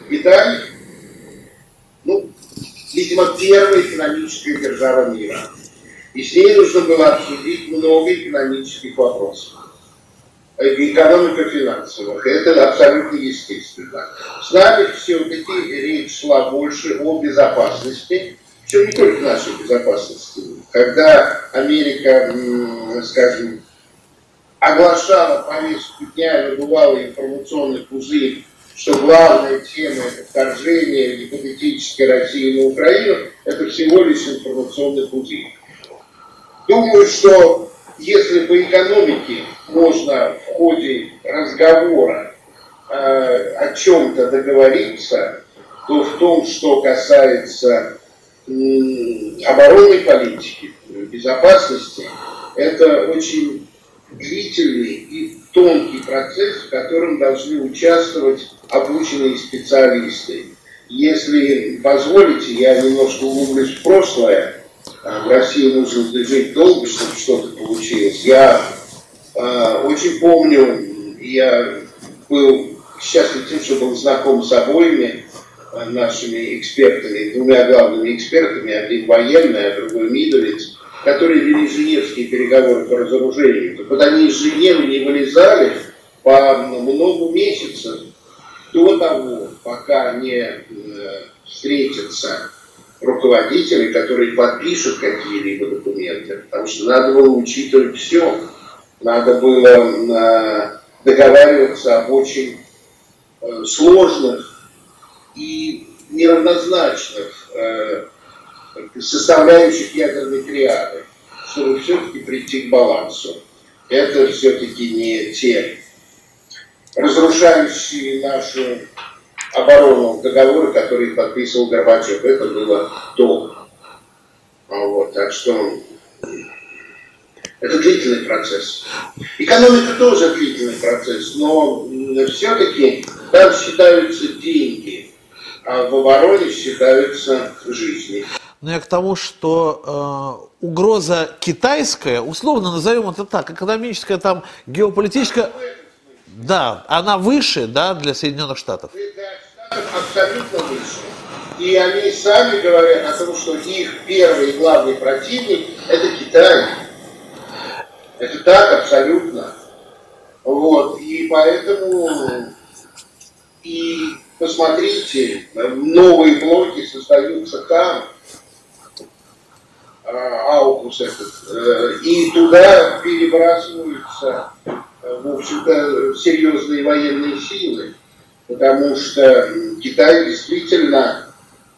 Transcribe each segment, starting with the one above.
Китай, ну, видимо, первая экономическая держава мира. И с ней нужно было обсудить много экономических вопросов. Экономико-финансовых. Это абсолютно естественно. С нами все-таки речь шла больше о безопасности, причем не только нашей безопасности. Когда Америка, скажем, оглашала повестку дня, надувала информационный пузырь, что главная тема это вторжение гипотетической России на Украину, это всего лишь информационный пузырь. Думаю, что если по экономике можно в ходе разговора о чем-то договориться, то в том, что касается оборонной политики, безопасности, это очень длительный и тонкий процесс, в котором должны участвовать обученные специалисты. Если позволите, я немножко углублюсь в прошлое. В России нужно жить долго, чтобы что-то получилось. Я очень помню, я был счастлив тем, что был знаком с обоими нашими экспертами, двумя главными экспертами, один военный, а другой Мидовец, которые вели женевские переговоры по разоружению. Так вот они из Женевы не вылезали по много месяцев до того, пока не встретятся руководители, которые подпишут какие-либо документы, потому что надо было учитывать все. Надо было договариваться об очень сложных и неравнозначных составляющих ядерной триады, чтобы все-таки прийти к балансу. Это все-таки не те разрушающие нашу оборону договоры, которые подписывал Горбачев. Это было то. Вот, так что это длительный процесс. Экономика тоже длительный процесс, но все-таки там считаются деньги, а в обороне считаются жизни. Но я к тому, что угроза китайская, условно назовем это так, экономическая, там, геополитическая, да, она выше, да, для Соединенных Штатов. Абсолютно выше. И они сами говорят о том, что их первый и главный противник это Китай. Это так, абсолютно. Вот. И поэтому и посмотрите, новые блоки создаются там, Аукус этот, и туда перебрасываются, в общем-то, серьезные военные силы. Потому что Китай действительно,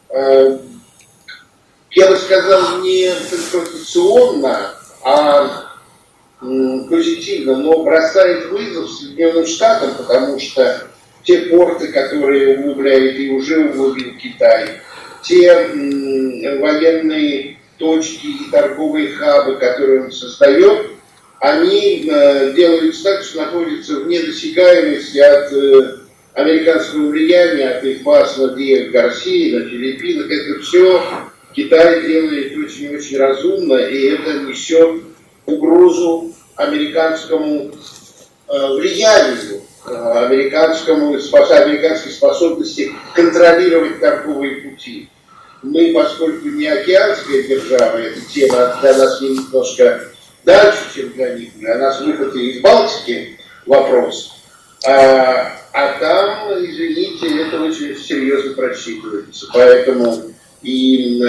я бы сказал, не конфронтационно, а позитивно, но бросает вызов Соединенным Штатам, потому что те порты, которые углубляет и уже углубил Китай, те военные точки и торговые хабы, которые он создает, они делаются так, что находятся в недосягаемости от американского влияния, от их баз на Гарсии, на Филиппинах. Это все Китай делает очень-очень разумно, и это несет угрозу американскому влиянию, американской способности контролировать торговые пути. Мы, поскольку не океанская держава, эта тема для нас немножко дальше, чем для них, для нас выход из Балтики вопрос. А там, извините, это очень серьезно просчитывается. Поэтому и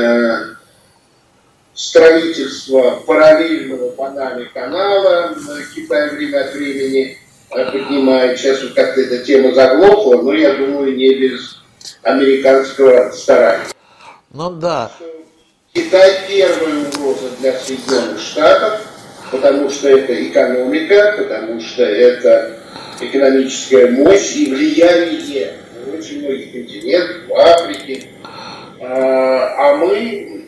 строительство параллельного Панаме канала Китай время от времени поднимает. Сейчас вот как-то эта тема заглохла, но я думаю, не без американского старания. Ну да. Китай первая угроза для Соединенных Штатов, потому что это экономика, потому что это экономическая мощь и влияние на очень многих континентах, в Африке. А мы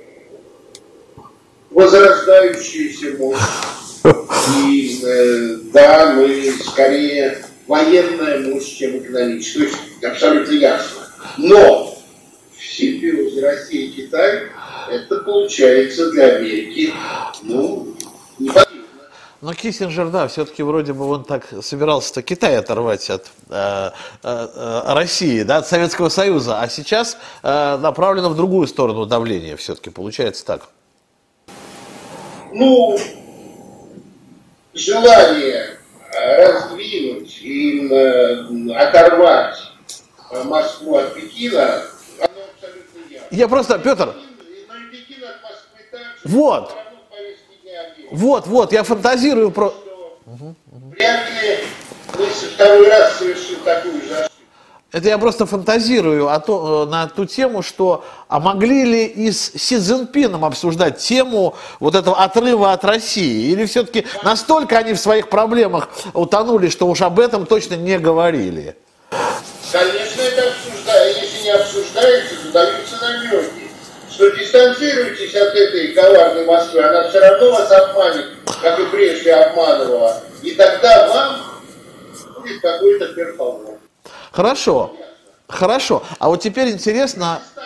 возрождающаяся мощь. И да, мы скорее военная мощь, чем экономическая. То есть абсолютно ясно. Но в симбиозе России и Китай это получается для Америки, не полезно. Но Киссинджер, да, все-таки вроде бы он так собирался-то Китай оторвать от России, да, от Советского Союза, а сейчас направлено в другую сторону давление все-таки, получается так. Ну, желание раздвинуть и оторвать Москву от Пекина, оно абсолютно ясно. Я просто, Петр, Но и Пекин от Москвы также, вот, все равно в повестке дня Америки. вот, я фантазирую про... Вряд ли мы второй раз совершим такую же ошибку. Это я просто фантазирую на ту тему, что а могли ли и с Си Цзиньпином обсуждать тему вот этого отрыва от России? Или все-таки настолько они в своих проблемах утонули, что уж об этом точно не говорили? Конечно, это обсуждается. Если не обсуждается, то даются намеки, что дистанцируйтесь от этой коварной Москвы, она все равно вас обманет, как и прежде обманывала. И тогда вам будет какой-то перформанс. Хорошо. А вот теперь интересно,